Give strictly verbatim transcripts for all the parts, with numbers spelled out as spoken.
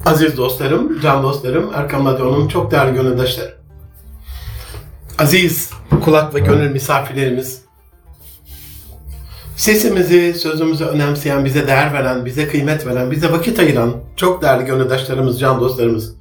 Aziz dostlarım, can dostlarım, Erkam Radyo'nun çok değerli gönüldaşları. Aziz kulak ve gönül misafirlerimiz, sesimizi, sözümüzü önemseyen, bize değer veren, bize kıymet veren, bize vakit ayıran çok değerli gönüldaşlarımız, can dostlarımız.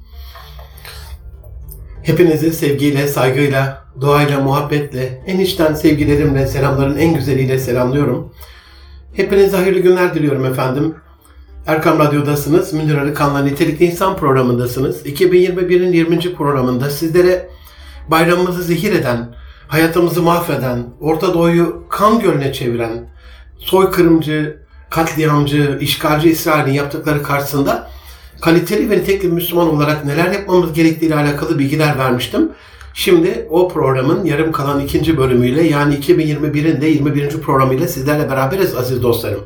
Hepinizi sevgiyle, saygıyla, duayla, muhabbetle, en içten sevgilerimle, selamların en güzeliyle selamlıyorum. Hepinize hayırlı günler diliyorum efendim. Erkam Radyo'dasınız. Münir Arıkan'la Nitelikli İnsan programındasınız. iki bin yirmi birin yirminci programında sizlere bayramımızı zehir eden, hayatımızı mahveden, Orta Doğu'yu kan gölüne çeviren, soykırımcı, katliamcı, işgalci İsrail'in yaptıkları karşısında kaliteli ve nitelikli Müslüman olarak neler yapmamız gerektiğiyle alakalı bilgiler vermiştim. Şimdi o programın yarım kalan ikinci bölümüyle, yani iki bin yirmi birin de yirmi birinci programıyla sizlerle beraberiz aziz dostlarım.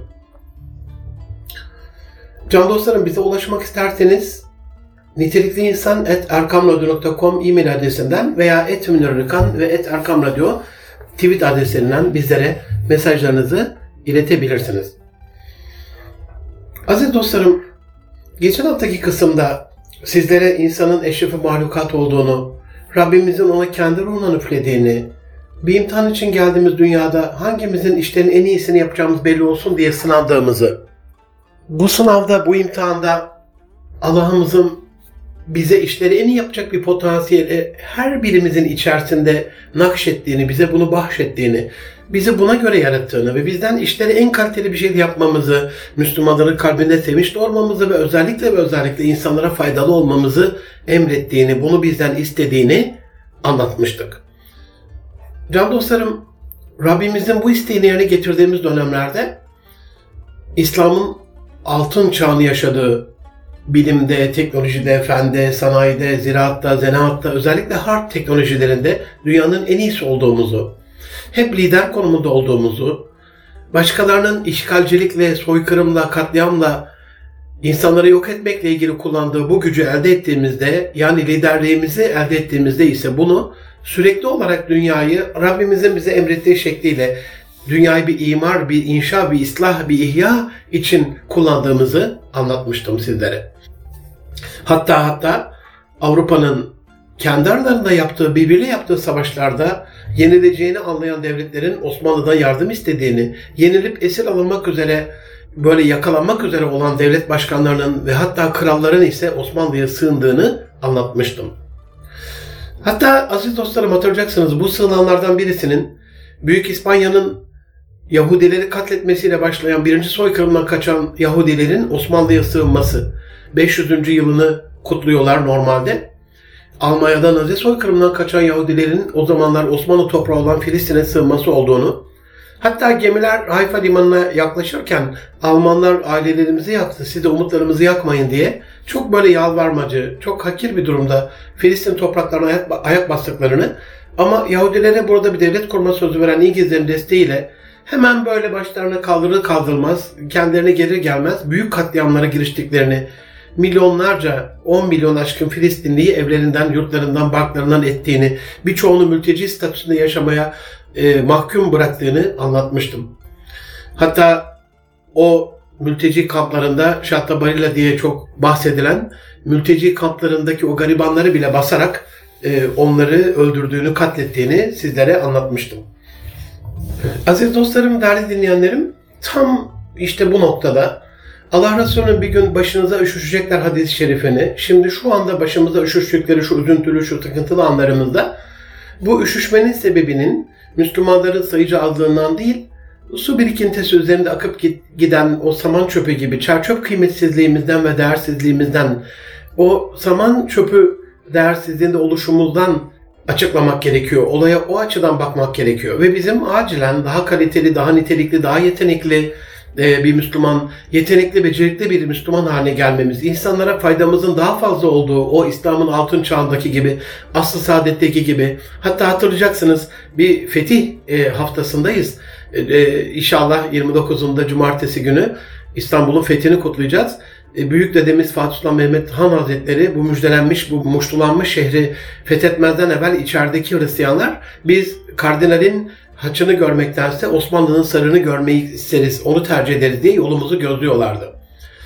Can dostlarım, bize ulaşmak isterseniz nitelikliinsan at erkamradyo nokta com e-mail adresinden veya et münirarıkan ve et erkamradyo tweet adreslerinden bizlere mesajlarınızı iletebilirsiniz. Aziz dostlarım, geçen haftaki kısımda sizlere insanın eşrefi mahlukat olduğunu, Rabbimizin ona kendi ruhundan üflediğini, bir imtihan için geldiğimiz dünyada hangimizin işlerin en iyisini yapacağımız belli olsun diye sınandığımızı, bu sınavda, bu imtihanda Allah'ımızın bize işleri en iyi yapacak bir potansiyeli her birimizin içerisinde nakşettiğini, bize bunu bahşettiğini, bizi buna göre yarattığını ve bizden işleri en kaliteli bir şey yapmamızı, Müslümanların kalbinde sevinç doğurmamızı ve özellikle ve özellikle insanlara faydalı olmamızı emrettiğini, bunu bizden istediğini anlatmıştık. Can dostlarım, Rabbimizin bu isteğini yerine getirdiğimiz dönemlerde İslam'ın altın çağını yaşadığı, bilimde, teknolojide, fende, sanayide, ziraatta, zanaatta, özellikle harp teknolojilerinde dünyanın en iyisi olduğumuzu, hep lider konumunda olduğumuzu, başkalarının işgalcilikle, soykırımla, katliamla, insanları yok etmekle ilgili kullandığı bu gücü elde ettiğimizde, yani liderliğimizi elde ettiğimizde ise bunu sürekli olarak dünyayı Rabbimizin bize emrettiği şekliyle dünyayı bir imar, bir inşa, bir ıslah, bir ihya için kullandığımızı anlatmıştım sizlere. Hatta hatta Avrupa'nın kendi aralarında yaptığı, birbiriyle yaptığı savaşlarda yenileceğini anlayan devletlerin Osmanlı'dan yardım istediğini, yenilip esir alınmak üzere, böyle yakalanmak üzere olan devlet başkanlarının ve hatta kralların ise Osmanlı'ya sığındığını anlatmıştım. Hatta aziz dostlarım, hatırlayacaksınız, bu sığınanlardan birisinin Büyük İspanya'nın Yahudileri katletmesiyle başlayan birinci soykırımdan kaçan Yahudilerin Osmanlı'ya sığınması. beş yüzüncü yılını kutluyorlar normalde. Almanya'dan Nazi soykırımdan kaçan Yahudilerin o zamanlar Osmanlı toprağı olan Filistin'e sığınması olduğunu, hatta gemiler Hayfa limanına yaklaşırken Almanlar ailelerimizi yaktı, siz de umutlarımızı yakmayın diye çok böyle yalvarmacı, çok hakir bir durumda Filistin topraklarına ayak, ayak bastıklarını, ama Yahudilere burada bir devlet kurma sözü veren İngilizlerin desteğiyle hemen böyle başlarına kaldırır kaldırmaz, kendilerine gelir gelmez büyük katliamlara giriştiklerini, milyonlarca, on milyon aşkın Filistinliyi evlerinden, yurtlarından, barklarından ettiğini, birçoğunu mülteci statüsünde yaşamaya e, mahkum bıraktığını anlatmıştım. Hatta o mülteci kamplarında Şahtabarilla diye çok bahsedilen mülteci kamplarındaki o garibanları bile basarak e, onları öldürdüğünü, katlettiğini sizlere anlatmıştım. Aziz dostlarım, değerli dinleyenlerim, tam işte bu noktada Allah Resulü'nün bir gün başınıza üşüşecekler hadis-i şerifini, şimdi şu anda başımıza üşüştükleri şu üzüntülü, şu sıkıntılı anlarımızda bu üşüşmenin sebebinin Müslümanların sayıcı azlığından değil, su birikintisi üzerinde akıp giden o saman çöpü gibi çerçöp kıymetsizliğimizden ve değersizliğimizden, o saman çöpü değersizliğinde oluşumuzdan açıklamak gerekiyor. Olaya o açıdan bakmak gerekiyor. Ve bizim acilen daha kaliteli, daha nitelikli, daha yetenekli bir Müslüman, yetenekli, becerikli bir Müslüman haline gelmemiz, insanlara faydamızın daha fazla olduğu o İslam'ın altın çağındaki gibi, asr-ı saadetteki gibi, hatta hatırlayacaksınız bir fetih haftasındayız. İnşallah yirmi dokuzunda Cumartesi günü İstanbul'un fethini kutlayacağız. Büyük dedemiz Fatih Sultan Mehmet Han Hazretleri bu müjdelenmiş, bu muştulanmış şehri fethetmezden evvel içerideki Hristiyanlar, biz kardinalin haçını görmektense Osmanlı'nın sarığını görmeyi isteriz, onu tercih ederiz diye yolumuzu gözlüyorlardı.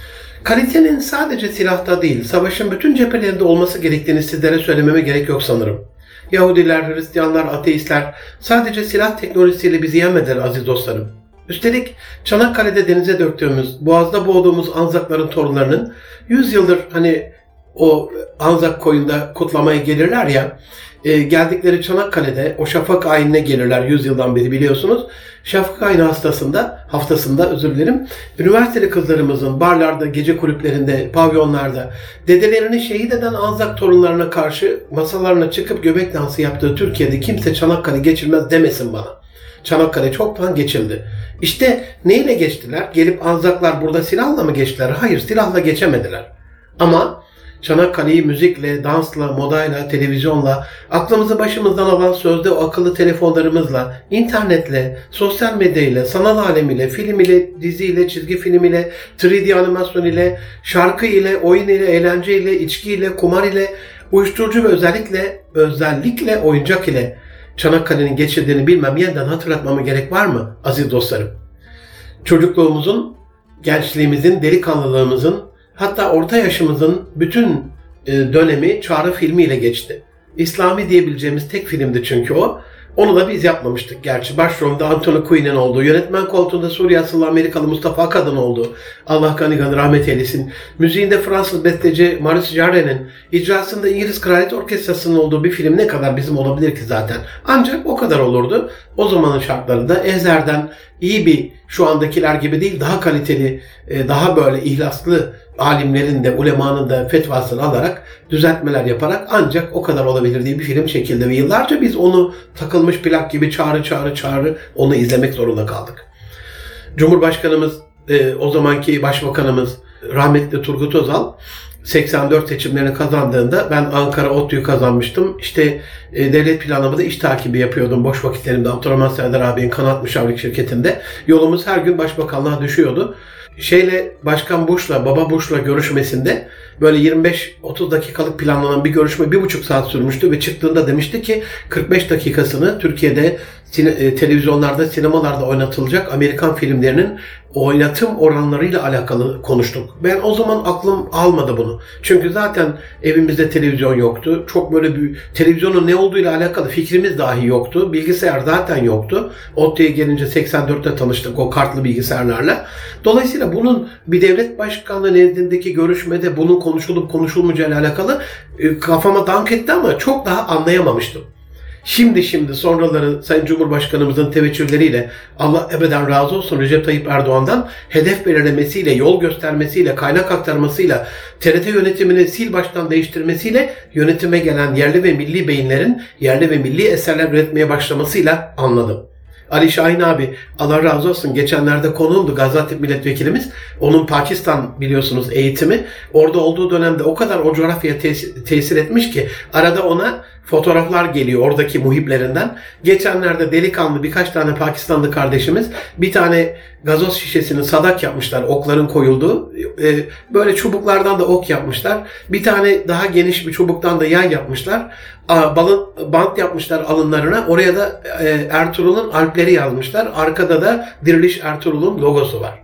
Kalitenin sadece silahta değil, savaşın bütün cephelerinde olması gerektiğini sizlere söylememe gerek yok sanırım. Yahudiler, Hristiyanlar, ateistler sadece silah teknolojisiyle bizi yenmediler aziz dostlarım. Üstelik Çanakkale'de denize döktüğümüz, boğazda boğduğumuz Anzakların torunlarının yüz yıldır hani o Anzak koyunda kutlamaya gelirler ya, e, geldikleri Çanakkale'de o şafak ayinine gelirler yüz yıldan beri biliyorsunuz. Şafak ayini haftasında, haftasında özür dilerim, üniversiteli kızlarımızın barlarda, gece kulüplerinde, pavyonlarda dedelerini şehit eden Anzak torunlarına karşı masalarına çıkıp göbek dansı yaptığı Türkiye'de kimse Çanakkale geçilmez demesin bana. Çanakkale çoktan geçildi. İşte neyle geçtiler? Gelip Anzaklar burada silahla mı geçtiler? Hayır, silahla geçemediler. Ama Çanakkale'yi müzikle, dansla, modayla, televizyonla, aklımızı başımızdan alan sözde o akıllı telefonlarımızla, internetle, sosyal medyayla, sanal alemiyle, film ile, dizi ile, çizgi film ile, üç D animasyon ile, şarkı ile, oyun ile, eğlence ile, içki ile, kumar ile, uyuşturucu ve özellikle, özellikle oyuncak ile Çanakkale'nin geçirdiğini bilmem yeniden hatırlatmama gerek var mı aziz dostlarım? Çocukluğumuzun, gençliğimizin, delikanlılığımızın, hatta orta yaşımızın bütün dönemi Çağrı filmiyle geçti. İslami diyebileceğimiz tek filmdi çünkü o. Onu da biz yapmamıştık gerçi. Başrolde Anthony Quinn'in olduğu, yönetmen koltuğunda Suriye asıllı Amerikalı Mustafa Akad'ın olduğu, Allah gani gani rahmet eylesin. Müziğinde Fransız besteci Maurice Jarre'nin, icrasında İngiliz Kraliyet Orkestrası'nın olduğu bir film ne kadar bizim olabilir ki zaten. Ancak o kadar olurdu. O zamanın şartlarında Ezer'den iyi bir, şu andakiler gibi değil, daha kaliteli, daha böyle ihlaslı alimlerin de, ulemanın da fetvasını alarak, düzeltmeler yaparak ancak o kadar olabilir diye bir film çekildi ve yıllarca biz onu takılmış plak gibi çağrı çağrı çağrı onu izlemek zorunda kaldık. Cumhurbaşkanımız, o zamanki başbakanımız rahmetli Turgut Özal seksen dört seçimlerini kazandığında ben Ankara ODTÜ'yü kazanmıştım. İşte e, devlet planlamada iş takibi yapıyordum boş vakitlerimde Abdurrahman Serdar abinin Kanaat Müşavrik şirketinde. Yolumuz her gün başbakanlığa düşüyordu. Şeyle Başkan Bush'la, Baba Bush'la görüşmesinde böyle yirmi beş otuz dakikalık planlanan bir görüşme bir buçuk saat sürmüştü ve çıktığında demişti ki kırk beş dakikasını Türkiye'de sine, televizyonlarda, sinemalarda oynatılacak Amerikan filmlerinin oynatım oranlarıyla alakalı konuştuk. Ben o zaman aklım almadı bunu. Çünkü zaten evimizde televizyon yoktu. Çok böyle bir televizyonun ne olduğuyla alakalı fikrimiz dahi yoktu. Bilgisayar zaten yoktu. ODTÜ'ye gelince seksen dörtte tanıştık o kartlı bilgisayarlarla. Dolayısıyla bunun bir devlet başkanlığı nezdindeki görüşmede bunun konuşulup konuşulmayacağıyla alakalı kafama dank etti ama çok daha anlayamamıştım. Şimdi şimdi sonraları Sayın Cumhurbaşkanımızın teveccühleriyle Allah ebeden razı olsun Recep Tayyip Erdoğan'dan hedef belirlemesiyle, yol göstermesiyle, kaynak aktarmasıyla, T R T yönetimini sil baştan değiştirmesiyle yönetime gelen yerli ve milli beyinlerin yerli ve milli eserler üretmeye başlamasıyla anladım. Ali Şahin abi Allah razı olsun geçenlerde konuğumdu Gaziantep milletvekilimiz. Onun Pakistan biliyorsunuz eğitimi. Orada olduğu dönemde o kadar o coğrafyaya tesir, tesir etmiş ki arada ona fotoğraflar geliyor oradaki muhiplerinden. Geçenlerde delikanlı birkaç tane Pakistanlı kardeşimiz bir tane gazoz şişesini sadak yapmışlar. Okların koyulduğu. Böyle çubuklardan da ok yapmışlar. Bir tane daha geniş bir çubuktan da yay yapmışlar. Balın, bant yapmışlar alınlarına. Oraya da Ertuğrul'un Alpleri yazmışlar. Arkada da Diriliş Ertuğrul'un logosu var.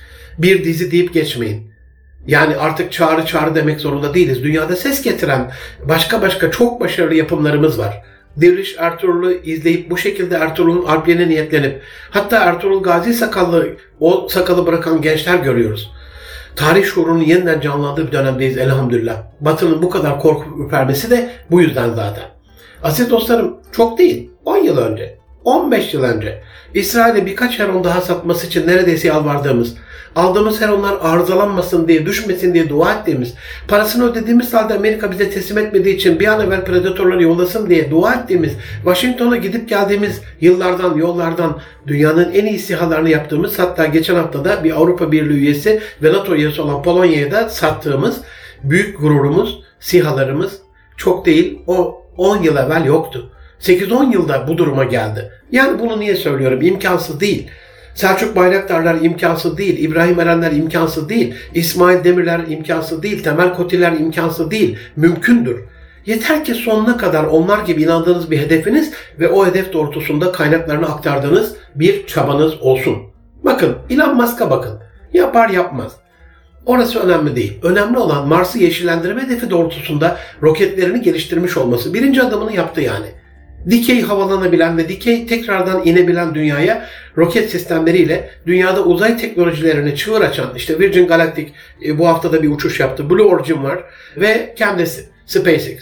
Bir dizi deyip geçmeyin. Yani artık çağrı çağrı demek zorunda değiliz. Dünyada ses getiren başka başka çok başarılı yapımlarımız var. Diriliş Ertuğrul'u izleyip bu şekilde Ertuğrul'un Alplerine niyetlenip hatta Ertuğrul Gazi sakallı o sakalı bırakan gençler görüyoruz. Tarih şuurunun yeniden canlandığı bir dönemdeyiz elhamdülillah. Batı'nın bu kadar korkup ürpermesi de bu yüzden zaten. Aziz dostlarım çok değil on yıl önce, on beş yıl önce İsrail'e birkaç heron daha satması için neredeyse yalvardığımız, aldığımız heronlar arızalanmasın diye, düşmesin diye dua ettiğimiz, parasını ödediğimiz halde Amerika bize teslim etmediği için bir an evvel predatörleri yollasın diye dua ettiğimiz, Washington'a gidip geldiğimiz yıllardan, yollardan dünyanın en iyi sihalarını yaptığımız, hatta geçen haftada bir Avrupa Birliği üyesi ve NATO üyesi olan Polonya'ya da sattığımız büyük gururumuz, sihalarımız çok değil, o on yıl evvel yoktu. sekiz on yılda bu duruma geldi. Yani bunu niye söylüyorum? İmkansız değil. Selçuk Bayraktarlar imkansız değil, İbrahim Erenler imkansız değil, İsmail Demirler imkansız değil, Temel Kotiler imkansız değil, mümkündür. Yeter ki sonuna kadar onlar gibi inandığınız bir hedefiniz ve o hedef doğrultusunda kaynaklarını aktardığınız bir çabanız olsun. Bakın Elon Musk'a bakın, yapar yapmaz. Orası önemli değil. Önemli olan Mars'ı yeşillendirme hedefi doğrultusunda roketlerini geliştirmiş olması. Birinci adımını yaptı yani. Dikey havalanabilen ve dikey tekrardan inebilen dünyaya roket sistemleriyle dünyada uzay teknolojilerini çığır açan, işte Virgin Galactic e, bu haftada bir uçuş yaptı. Blue Origin var ve kendisi SpaceX.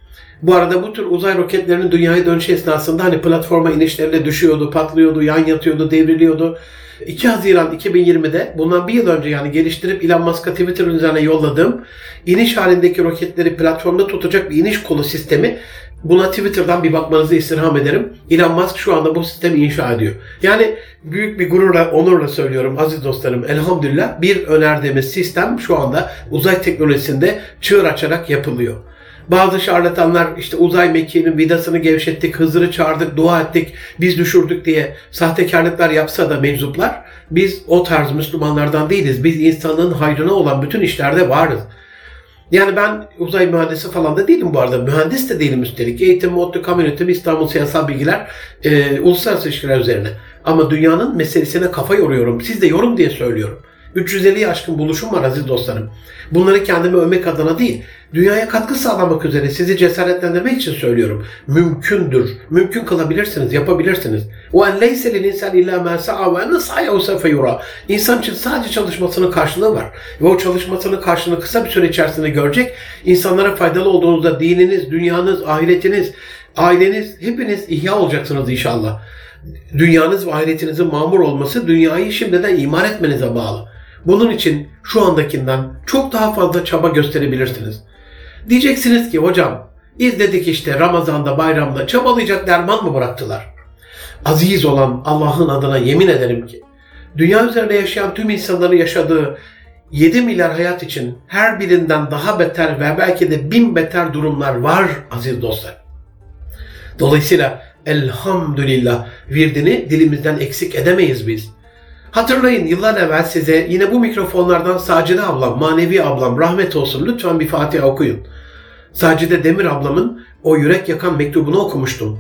Bu arada bu tür uzay roketlerinin dünyaya dönüşü esnasında hani platforma inişlerinde düşüyordu, patlıyordu, yan yatıyordu, devriliyordu. iki Haziran iki bin yirmide bundan bir yıl önce yani geliştirip Elon Musk'a Twitter üzerine yolladığım iniş halindeki roketleri platformda tutacak bir iniş kolu sistemi, buna Twitter'dan bir bakmanızı istirham ederim. Elon Musk şu anda bu sistemi inşa ediyor. Yani büyük bir gururla, onurla söylüyorum aziz dostlarım. Elhamdülillah bir önerdiğimiz sistem şu anda uzay teknolojisinde çığır açarak yapılıyor. Bazı şarlatanlar işte uzay mekiğinin vidasını gevşettik, Hızır'ı çağırdık, dua ettik, biz düşürdük diye sahtekarlıklar yapsa da meczuplar, biz o tarz Müslümanlardan değiliz. Biz insanlığın hayrına olan bütün işlerde varız. Yani ben uzay mühendisi falan da değilim bu arada. Mühendis de değilim üstelik. Eğitim, ODTÜ, kamu yönetimi, İstanbul Siyasal Bilgiler, e, uluslararası ilişkiler üzerine. Ama dünyanın meselesine kafa yoruyorum. Siz de yorum diye söylüyorum. üç yüz elliye aşkın buluşum var aziz dostlarım. Bunları kendime övmek adına değil, dünyaya katkı sağlamak üzere sizi cesaretlendirmek için söylüyorum. Mümkündür. Mümkün kılabilirsiniz, yapabilirsiniz. وَاَنْ لَيْسَ لِلْاِنْسَانِ اِلَّا مَا سَعَى وَاَنَّ سَعْيَهُ سَوْفَ يُرَى. İnsan için sadece çalışmasının karşılığı var. Ve o çalışmasının karşılığını kısa bir süre içerisinde görecek. İnsanlara faydalı olduğunuzda dininiz, dünyanız, ahiretiniz, aileniz, hepiniz ihya olacaksınız inşallah. Dünyanız ve ahiretinizin mamur olması dünyayı şimdiden imar etmenize bağlı. Bunun için şu andakinden çok daha fazla çaba gösterebilirsiniz. Diyeceksiniz ki hocam izledik işte Ramazan'da, bayramda çabalayacak derman mı bıraktılar? Aziz olan Allah'ın adına yemin ederim ki dünya üzerinde yaşayan tüm insanların yaşadığı yedi milyar hayat için her birinden daha beter ve belki de bin beter durumlar var aziz dostlar. Dolayısıyla elhamdülillah virdini dilimizden eksik edemeyiz biz. Hatırlayın yıllar evvel size yine bu mikrofonlardan Sacide ablam, manevi ablam rahmet olsun lütfen bir Fatiha okuyun. Sacide Demir ablamın o yürek yakan mektubunu okumuştum.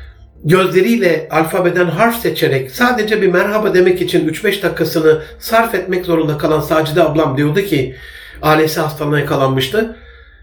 Gözleriyle alfabeden harf seçerek sadece bir merhaba demek için üç beş dakikasını sarf etmek zorunda kalan Sacide ablam diyordu ki ailesi hastalığına yakalanmıştı.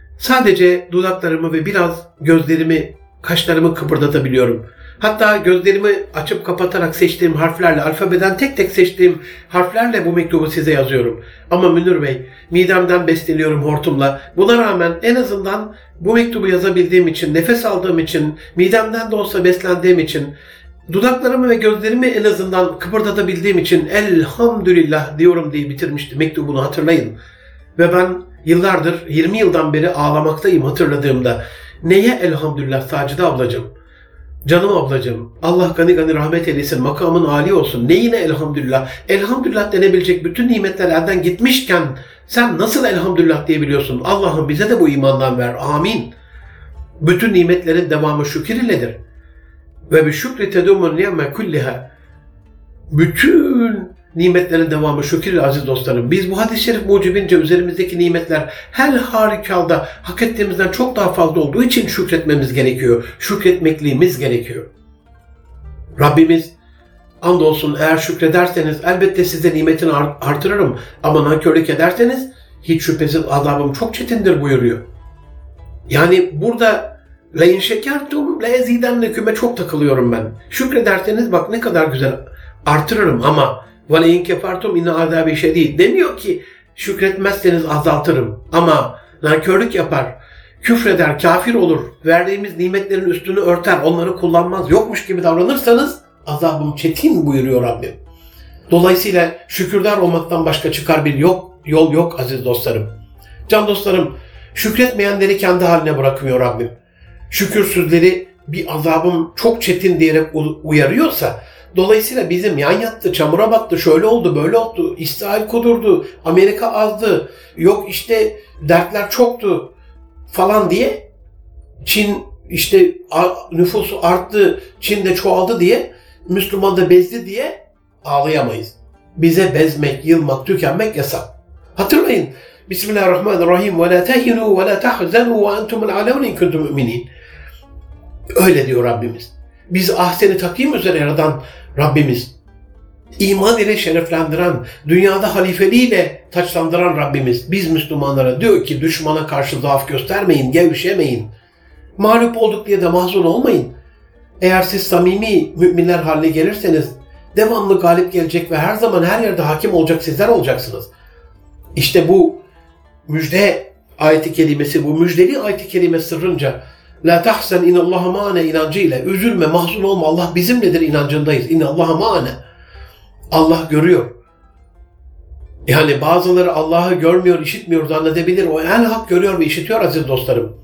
Sadece dudaklarımı ve biraz gözlerimi, kaşlarımı kıpırdatabiliyorum. Hatta gözlerimi açıp kapatarak seçtiğim harflerle, alfabeden tek tek seçtiğim harflerle bu mektubu size yazıyorum. Ama Münir Bey, midemden besleniyorum hortumla. Buna rağmen en azından bu mektubu yazabildiğim için, nefes aldığım için, midemden de olsa beslendiğim için, dudaklarımı ve gözlerimi en azından kıpırdatabildiğim için elhamdülillah diyorum diye bitirmişti mektubunu hatırlayın. Ve ben yıllardır, yirmi yıldan beri ağlamaktayım hatırladığımda. Neye elhamdülillah Sacide ablacığım? Canım ablacığım, Allah gani gani rahmet eylesin, makamın âli olsun. Neyine elhamdülillah? Elhamdülillah denebilecek bütün nimetler elden gitmişken sen nasıl elhamdülillah diyebiliyorsun? Allah'ım bize de bu imandan ver. Amin. Bütün nimetlerin devamı şükür iledir. Ve bi şükri tedumun ni'me kulliha. Bütün nimetlerin devamı şükür ile aziz dostlarım. Biz bu hadis-i şerif mucibince üzerimizdeki nimetler her harikalda hak ettiğimizden çok daha fazla olduğu için şükretmemiz gerekiyor. Şükretmekliğimiz gerekiyor. Rabbimiz andolsun eğer şükrederseniz elbette size nimetini artırırım ama nankörlük ederseniz hiç şüphesiz azabım çok çetindir buyuruyor. Yani burada le in şekertum le ezidenneküme çok takılıyorum ben. Şükrederseniz bak ne kadar güzel artırırım ama وَلَيْنْ كَفَرْتُمْ اِنَّ عَذَابِ شَد۪يدٍ demiyor ki şükretmezseniz azaltırım ama nankörlük yapar, küfreder, kafir olur, verdiğimiz nimetlerin üstünü örter, onları kullanmaz, yokmuş gibi davranırsanız azabım çetin buyuruyor Rabbim. Dolayısıyla şükürler olmaktan başka çıkar bir yok, yol yok aziz dostlarım. Can dostlarım, şükretmeyenleri kendi haline bırakmıyor Rabbim. Şükürsüzleri bir azabım çok çetin diyerek uyarıyorsa, dolayısıyla bizim yan yattı, çamura battı, şöyle oldu, böyle oldu, İsrail kudurdu, Amerika azdı, yok işte dertler çoktu falan diye, Çin işte nüfusu arttı, Çin'de çoğaldı diye, Müslüman da bezdi diye ağlayamayız. Bize bezmek, yılmak, tükenmek yasak. Hatırlayın. Bismillahirrahmanirrahim. Ve la tehinu ve la tahzenu ve entumul alevne in kuntum müminin. Öyle diyor Rabbimiz. Biz ahseni takvim üzere yaradan Rabbimiz. iman ile şereflendiren, dünyada halifeliğiyle taçlandıran Rabbimiz biz Müslümanlara diyor ki düşmana karşı zaaf göstermeyin, gevşemeyin. Mağlup olduk diye de mahzun olmayın. Eğer siz samimi müminler haline gelirseniz devamlı galip gelecek ve her zaman her yerde hakim olacak sizler olacaksınız. İşte bu müjde ayeti kelimesi, bu müjdeli ayeti kelime sırrınca la tahsen inallaha ma'ane inancıyla üzülme, mahzun olma, Allah bizimledir inancındayız. İnallaha ma'ane. Allah görüyor. Yani bazıları Allah'ı görmüyor, işitmiyor zannedebilir. O en hak görüyor ve işitiyor aziz dostlarım.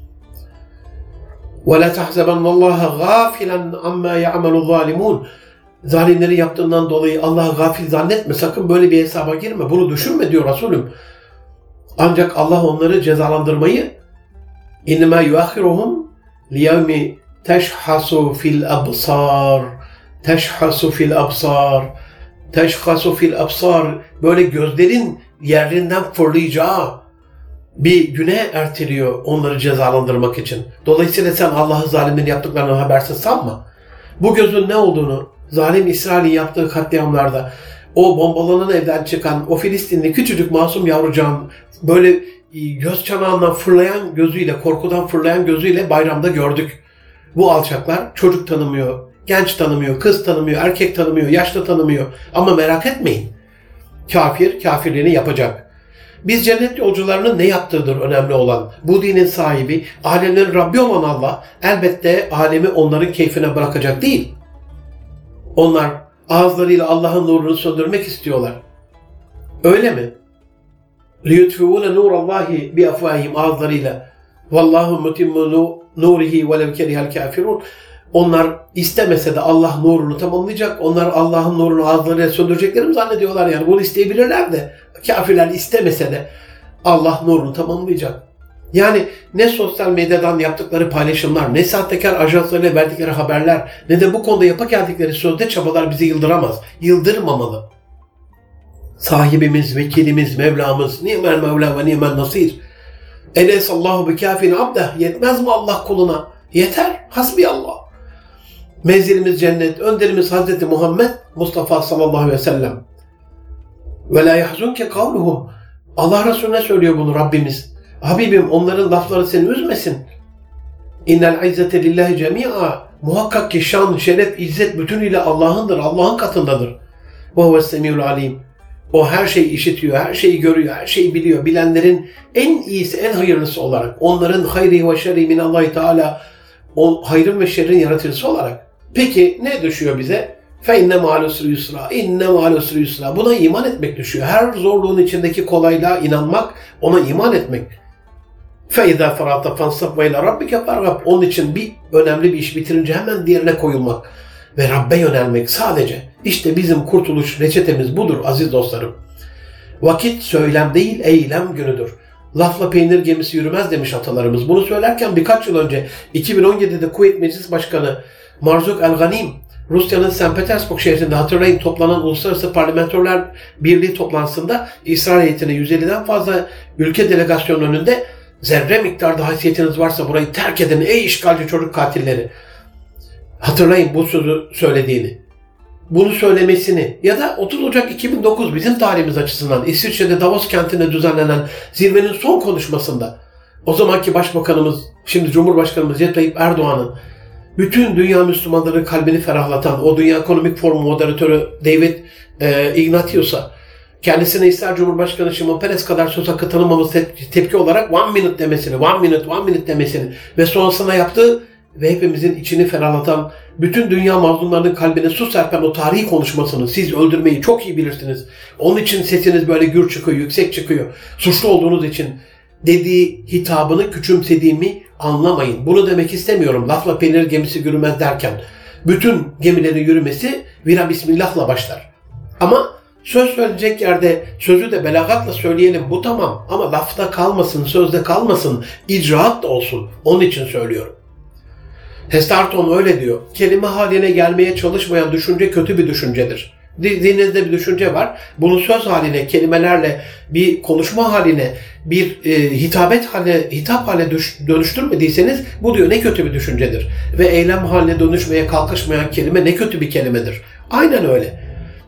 وَلَا تَحْزَبَنَّ اللّٰهَ غَافِلًا عَمَّا يَعْمَلُ الظَّالِمُونَ. Zalimleri yaptığından dolayı Allah'ı gafil zannetme, sakın böyle bir hesaba girme, bunu düşünme diyor Resulüm. Ancak Allah onları cezalandırmayı اِنَّمَا يُؤَخِّرُهُمْ لِيَوْمِ تَشْحَسُ فِي الْأَبْصَارِ تَشْحَسُ فِي الْأَبْصَارِ تَشْخَسُ فِي الْأَبْصَارِ böyle gözlerin yerlerinden fırlayacağı bir güne erteliyor onları cezalandırmak için. Dolayısıyla sen Allah'ı zalimlerin yaptıklarını habersiz sanma. Bu gözün ne olduğunu, zalim İsrail'in yaptığı katliamlarda o bombalanan evden çıkan o Filistinli küçücük masum yavrucağın böyle göz çanağından fırlayan gözüyle, korkudan fırlayan gözüyle bayramda gördük. Bu alçaklar çocuk tanımıyor, genç tanımıyor, kız tanımıyor, erkek tanımıyor, yaşlı tanımıyor. Ama merak etmeyin. Kafir, kafirliğini yapacak. Biz cennet yolcularının ne yaptığıdır önemli olan. Bu dinin sahibi, alemlerin Rabbi olan Allah elbette alemi onların keyfine bırakacak değil. Onlar ağızlarıyla Allah'ın nurunu söndürmek istiyorlar. Öyle mi? لِيُتْفِعُونَ نُورَ اللّٰهِ بِأَفْوَاهِمْ ağızlarıyla. وَاللّٰهُ مُتِمُّ نُورِهِ وَلَوْ كَرِهَ الْكَافِرُونَ. Onlar istemese de Allah nurunu tamamlayacak. Onlar Allah'ın nurunu ağızlarıyla söndüreceklerini zannediyorlar. Yani bunu isteyebilirler de kafirler istemese de Allah nurunu tamamlayacak. Yani ne sosyal medyadan yaptıkları paylaşımlar, ne sahtekar ajanslarıyla verdikleri haberler, ne de bu konuda yapa geldikleri sözde çabalar bizi yıldıramaz. Yıldırmamalı. Sahibimiz, vekilimiz, Mevlamız, ni'mel Mevla ve ni'mel Nasir. Elesallahu bikâfin abdeh. Yetmez mi Allah kuluna? Yeter. Hasbiyallah. Menzilimiz cennet, önderimiz Hazreti Muhammed Mustafa sallallahu aleyhi ve sellem. Ve la yahzunke kavluhum. Allah Resulüne söylüyor bunu Rabbimiz. Habibim onların lafları seni üzmesin. İnnel izzete lillahi cemi'a. Muhakkak ki şan, şeref, izzet bütünüyle Allah'ındır, Allah'ın katındadır. Ve huves semiyul alim. O her şeyi işitiyor, her şeyi görüyor, her şeyi biliyor. Bilenlerin en iyisi, en hayırlısı olarak, onların hayri ve şerri minallahi teala, o hayrın ve şerrin yaratıcısı olarak. Peki ne düşüyor bize? Fe inne ma'al usri yusra. İnne ma'al usri yusra. Buna iman etmek düşüyor. Her zorluğun içindeki kolaylığa inanmak, ona iman etmek. Fe izâ ferâta fansab ve ilâ rabbike fargab. Onun için bir önemli bir iş bitirince hemen diğerine koyulmak ve Rabbe yönelmek sadece. İşte bizim kurtuluş reçetemiz budur aziz dostlarım. Vakit söylem değil, eylem günüdür. Lafla peynir gemisi yürümez demiş atalarımız. Bunu söylerken birkaç yıl önce iki bin on yedide Kuveyt Meclis Başkanı Marzuk El-Ghanim, Rusya'nın Sankt Petersburg şehrinde hatırlayın toplanan Uluslararası Parlamentörler Birliği toplantısında İsrail heyetine yüz elliden fazla ülke delegasyonun önünde zerre miktarda haysiyetiniz varsa burayı terk edin ey işgalci çocuk katilleri. Hatırlayın bu sözü söylediğini. Bunu söylemesini ya da otuz Ocak iki bin dokuz bizim tarihimiz açısından İsviçre'de Davos kentinde düzenlenen zirvenin son konuşmasında o zamanki başbakanımız, şimdi Cumhurbaşkanımız Recep Tayyip Erdoğan'ın bütün dünya Müslümanları kalbini ferahlatan o Dünya Ekonomik Forumu moderatörü David e, Ignatius'a kendisine ister Cumhurbaşkanı Şimon Peres kadar söz hakkı tanımaması te- tepki olarak one minute demesini, one minute, one minute demesini ve sonrasında yaptığı ve hepimizin içini ferahlatan, bütün dünya mazlumlarının kalbine su serpen o tarihi konuşmasını siz öldürmeyi çok iyi bilirsiniz. Onun için sesiniz böyle gür çıkıyor, yüksek çıkıyor. Suçlu olduğunuz için dediği hitabını küçümsediğimi anlamayın. Bunu demek istemiyorum. Lafla peynir gemisi yürümez derken. Bütün gemilerin yürümesi vira bismillahla başlar. Ama söz söyleyecek yerde sözü de belagatla söyleyelim. Bu tamam. Ama lafta kalmasın, sözde kalmasın. İcraat da olsun. Onun için söylüyorum. Hesterton öyle diyor. Kelime haline gelmeye çalışmayan düşünce kötü bir düşüncedir. Dininizde bir düşünce var. Bunu söz haline, kelimelerle, bir konuşma haline, bir e, hitabet haline, hitap haline düş, dönüştürmediyseniz bu diyor ne kötü bir düşüncedir. Ve eylem haline dönüşmeye kalkışmayan kelime ne kötü bir kelimedir. Aynen öyle.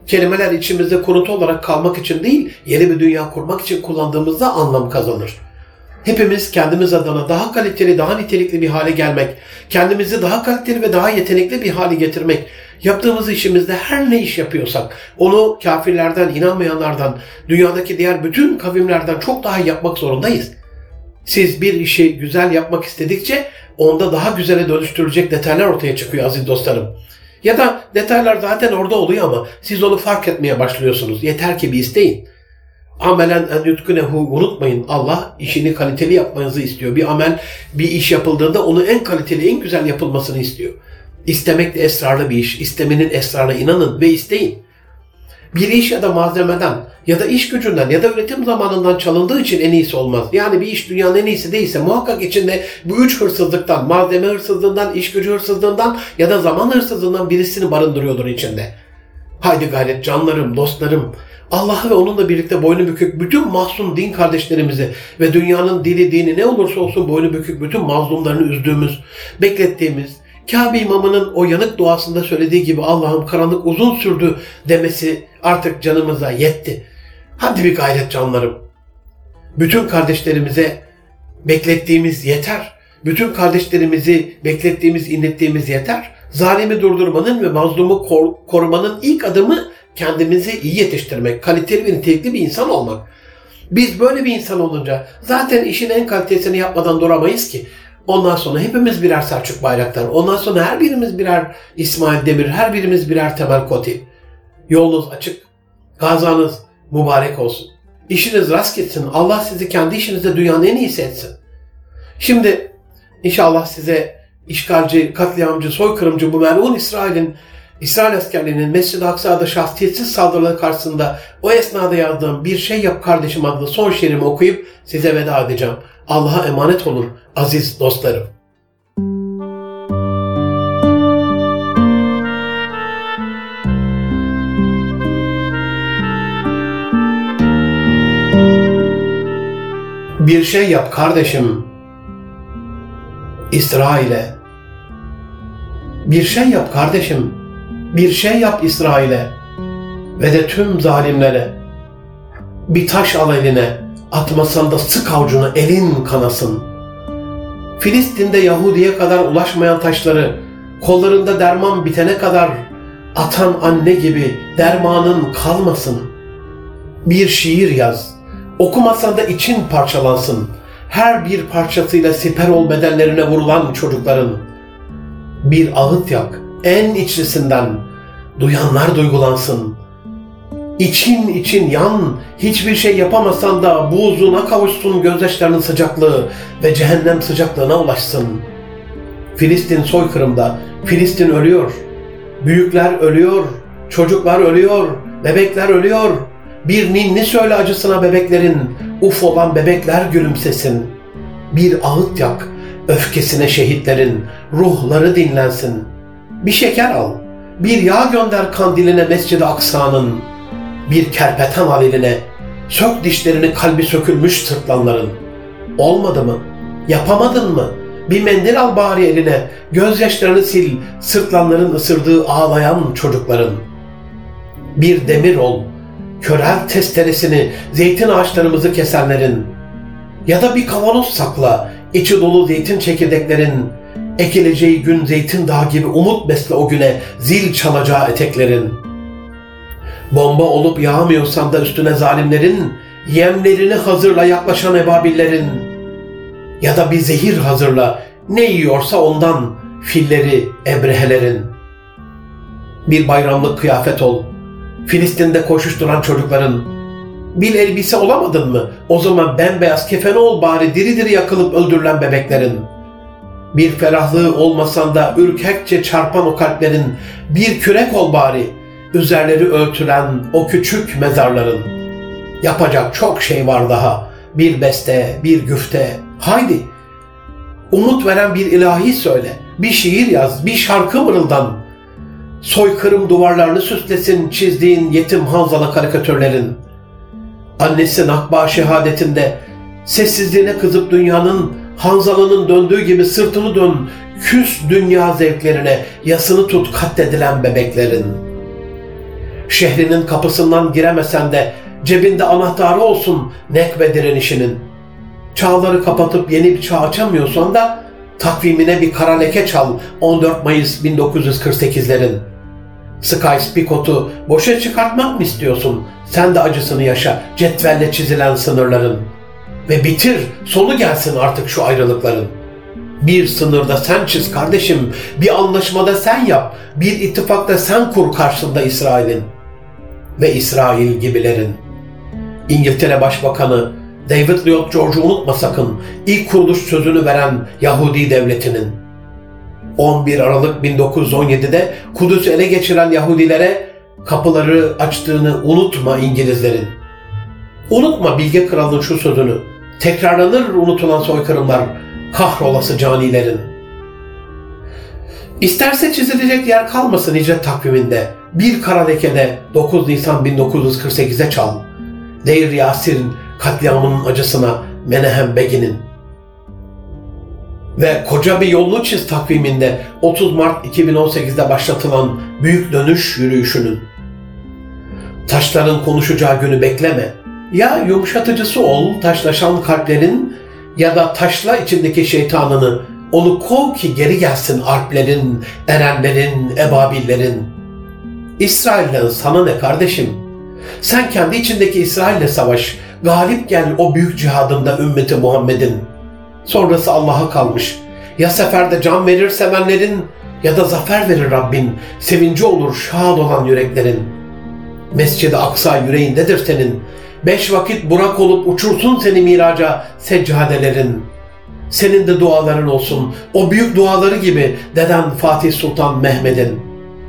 Kelimeler içimizde kuruntu olarak kalmak için değil, yeni bir dünya kurmak için kullandığımızda anlam kazanır. Hepimiz kendimiz adına daha kaliteli, daha nitelikli bir hale gelmek, kendimizi daha kaliteli ve daha yetenekli bir hale getirmek, yaptığımız işimizde her ne iş yapıyorsak, onu kafirlerden, inanmayanlardan, dünyadaki diğer bütün kavimlerden çok daha iyi yapmak zorundayız. Siz bir işi güzel yapmak istedikçe onda daha güzele dönüştürülecek detaylar ortaya çıkıyor aziz dostlarım. Ya da detaylar zaten orada oluyor ama siz onu fark etmeye başlıyorsunuz. Yeter ki bir isteyin. Amelen en yutkunehu, unutmayın, Allah işini kaliteli yapmanızı istiyor. Bir amel, bir iş yapıldığında onu en kaliteli, en güzel yapılmasını istiyor. İstemek de esrarlı bir iş. İstemenin esrarına inanın ve isteyin. Bir iş ya da malzemeden ya da iş gücünden ya da üretim zamanından çalındığı için en iyisi olmaz. Yani bir iş dünyanın en iyisi değilse muhakkak içinde bu üç hırsızlıktan, malzeme hırsızlığından, iş gücü hırsızlığından ya da zaman hırsızlığından birisini barındırıyordur içinde. Haydi gayret canlarım, dostlarım. Allah'ı ve onunla birlikte boynu bükük bütün mahzun din kardeşlerimizi ve dünyanın dili dini ne olursa olsun boynu bükük bütün mazlumlarını üzdüğümüz, beklettiğimiz, Kabe imamının o yanık duasında söylediği gibi Allah'ım karanlık uzun sürdü demesi artık canımıza yetti. Hadi bir gayret canlarım. Bütün kardeşlerimize beklettiğimiz yeter. Bütün kardeşlerimizi beklettiğimiz, inlettiğimiz yeter. Zalimi durdurmanın ve mazlumu kor- korumanın ilk adımı kendimizi iyi yetiştirmek, kaliteli ve nitelikli bir insan olmak. Biz böyle bir insan olunca zaten işin en kalitesini yapmadan duramayız ki. Ondan sonra hepimiz birer Selçuk Bayraktar, ondan sonra her birimiz birer İsmail Demir, her birimiz birer Temel Koti. Yolunuz açık, gazanız mübarek olsun. İşiniz rast gitsin, Allah sizi kendi işinizde dünyanın en iyisi etsin. Şimdi inşallah size işgalci, katliamcı, soykırımcı bu melun İsrail'in, İsrail askerlerinin Mescid-i Aksa'da şahsiyetsiz saldırıları karşısında o esnada yazdığım Bir Şey Yap Kardeşim adlı son şiirimi okuyup size veda edeceğim. Allah'a emanet olun aziz dostlarım. Bir şey yap kardeşim İsrail'e. Bir şey yap kardeşim. Bir şey yap İsrail'e ve de tüm zalimlere. Bir taş al eline, atmasan da sık avucuna elin kanasın. Filistin'de Yahudi'ye kadar ulaşmayan taşları kollarında derman bitene kadar atan anne gibi dermanın kalmasın. Bir şiir yaz, okumasan da için parçalansın. Her bir parçasıyla siper ol bedenlerine vurulan çocukların. Bir ağıt yak, en içlisinden, duyanlar duygulansın. İçin için yan, hiçbir şey yapamasan da buğzuna kavuşsun gözyaşlarının sıcaklığı ve cehennem sıcaklığına ulaşsın. Filistin soykırımda, Filistin ölüyor. Büyükler ölüyor, çocuklar ölüyor, bebekler ölüyor. Bir ninni söyle acısına bebeklerin, uf olan bebekler gülümsesin. Bir ağıt yak, öfkesine şehitlerin, ruhları dinlensin. Bir şeker al, bir yağ gönder kandiline Mescid-i Aksa'nın. Bir kerpeten al eline, sök dişlerini kalbi sökülmüş sırtlanların. Olmadı mı? Yapamadın mı? Bir mendil al bari eline, gözyaşlarını sil, sırtlanların ısırdığı ağlayan çocukların. Bir demir ol, körel testeresini zeytin ağaçlarımızı kesenlerin. Ya da bir kavanoz sakla, içi dolu zeytin çekirdeklerin. Ekileceği gün zeytin dağı gibi umut besle o güne, zil çalacağı eteklerin. Bomba olup yağmıyorsan da üstüne zalimlerin, yemlerini hazırla yaklaşan ebabillerin. Ya da bir zehir hazırla, ne yiyorsa ondan, filleri, ebrehelerin. Bir bayramlık kıyafet ol, Filistin'de koşuşturan çocukların. Bir elbise olamadın mı? O zaman bembeyaz kefeni ol bari diri diri yakılıp öldürülen bebeklerin. Bir ferahlığı olmasan da ürkekçe çarpan o kalplerin, bir kürek ol bari, üzerleri örtülen o küçük mezarların. Yapacak çok şey var daha, bir beste, bir güfte, haydi. Umut veren bir ilahi söyle, bir şiir yaz, bir şarkı mırıldan. Soykırım duvarlarını süslesin çizdiğin yetim Hanzalı karikatürlerin. Annesi Nakba şehadetinde sessizliğine kızıp dünyanın Hanzalı'nın döndüğü gibi sırtını dön, küs dünya zevklerine, yasını tut katledilen bebeklerin. Şehrinin kapısından giremesen de cebinde anahtarı olsun Nekbe direnişinin. Çağları kapatıp yeni bir çağ açamıyorsan da takvimine bir kara leke çal on dört Mayıs bin dokuz yüz kırk sekizlerin. Sykes-Picot'u boşa çıkartmak mı istiyorsun? Sen de acısını yaşa cetvelle çizilen sınırların. Ve bitir, sonu gelsin artık şu ayrılıkların. Bir sınırda sen çiz kardeşim, bir anlaşmada sen yap, bir ittifakta sen kur karşısında İsrail'in. Ve İsrail gibilerin. İngiltere Başbakanı David Lloyd George'u unutma sakın, ilk kuruluş sözünü veren Yahudi devletinin. on bir Aralık bin dokuz yüz on yedi'de Kudüs'ü ele geçiren Yahudilere kapıları açtığını unutma İngilizlerin. Unutma bilge kralın şu sözünü, tekrarlanır unutulan soykırımlar, kahrolası canilerin. İsterse çizilecek yer kalmasın hicret takviminde, bir kara lekede dokuz Nisan bin dokuz yüz kırk sekiz'e çal. Deir Yasir'in katliamının acısına Menehem Begin'in. Ve koca bir yolunu çiz takviminde otuz Mart iki bin on sekiz'de başlatılan büyük dönüş yürüyüşünün. Taşların konuşacağı günü bekleme. Ya yumuşatıcısı ol taşlaşan kalplerin ya da taşla içindeki şeytanını, onu kov ki geri gelsin Alplerin, Erenlerin, Ebabillerin. İsrail'den sana ne kardeşim? Sen kendi içindeki İsrail'le savaş, galip gel o büyük cihadında ümmeti Muhammed'in. Sonrası Allah'a kalmış. Ya seferde can verir sevenlerin ya da zafer verir Rabbin, sevinci olur şad olan yüreklerin. Mescid-i Aksa yüreğindedir senin. Beş vakit Burak olup uçursun seni miraca seccadelerin. Senin de duaların olsun, o büyük duaları gibi deden Fatih Sultan Mehmet'in.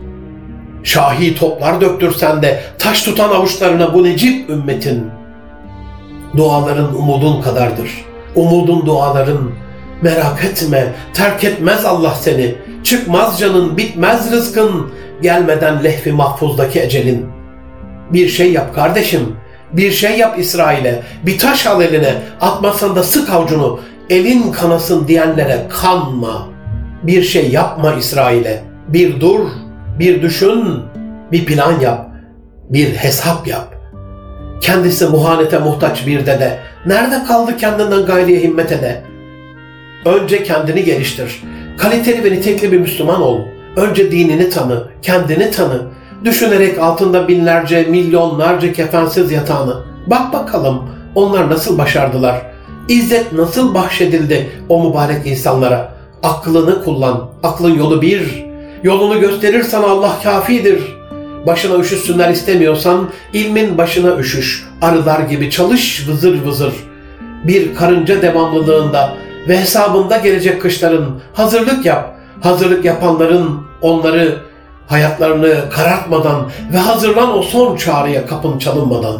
Şahi toplar döktürsen de taş tutan avuçlarına bu necip ümmetin. Duaların umudun kadardır. Umudun duaların. Merak etme, terk etmez Allah seni. Çıkmaz canın, bitmez rızkın. Gelmeden lehvi mahfuzdaki ecelin. Bir şey yap kardeşim. Bir şey yap İsrail'e. Bir taş al eline. Atmasan da sık avucunu. Elin kanasın diyenlere kanma. Bir şey yapma İsrail'e. Bir dur, bir düşün, bir plan yap. Bir hesap yap. Kendisi muhanete muhtaç bir dede. Nerede kaldı kendinden gayriye himmet ede? Önce kendini geliştir. Kaliteli ve nitekli bir Müslüman ol. Önce dinini tanı, kendini tanı. Düşünerek altında binlerce, milyonlarca kefensiz yatağını. Bak bakalım onlar nasıl başardılar. İzzet nasıl bahşedildi o mübarek insanlara. Aklını kullan, aklın yolu bir. Yolunu gösterir sana Allah kafidir. Başına üşüsünler istemiyorsan ilmin başına üşüş. Arılar gibi çalış vızır vızır. Bir karınca devamlılığında ve hesabında gelecek kışların hazırlık yap. Hazırlık yapanların onları hayatlarını karartmadan ve hazırlan o son çağrıya kapın çalınmadan.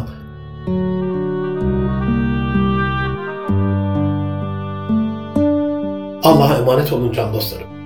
Allah'a emanet olun can dostlarım.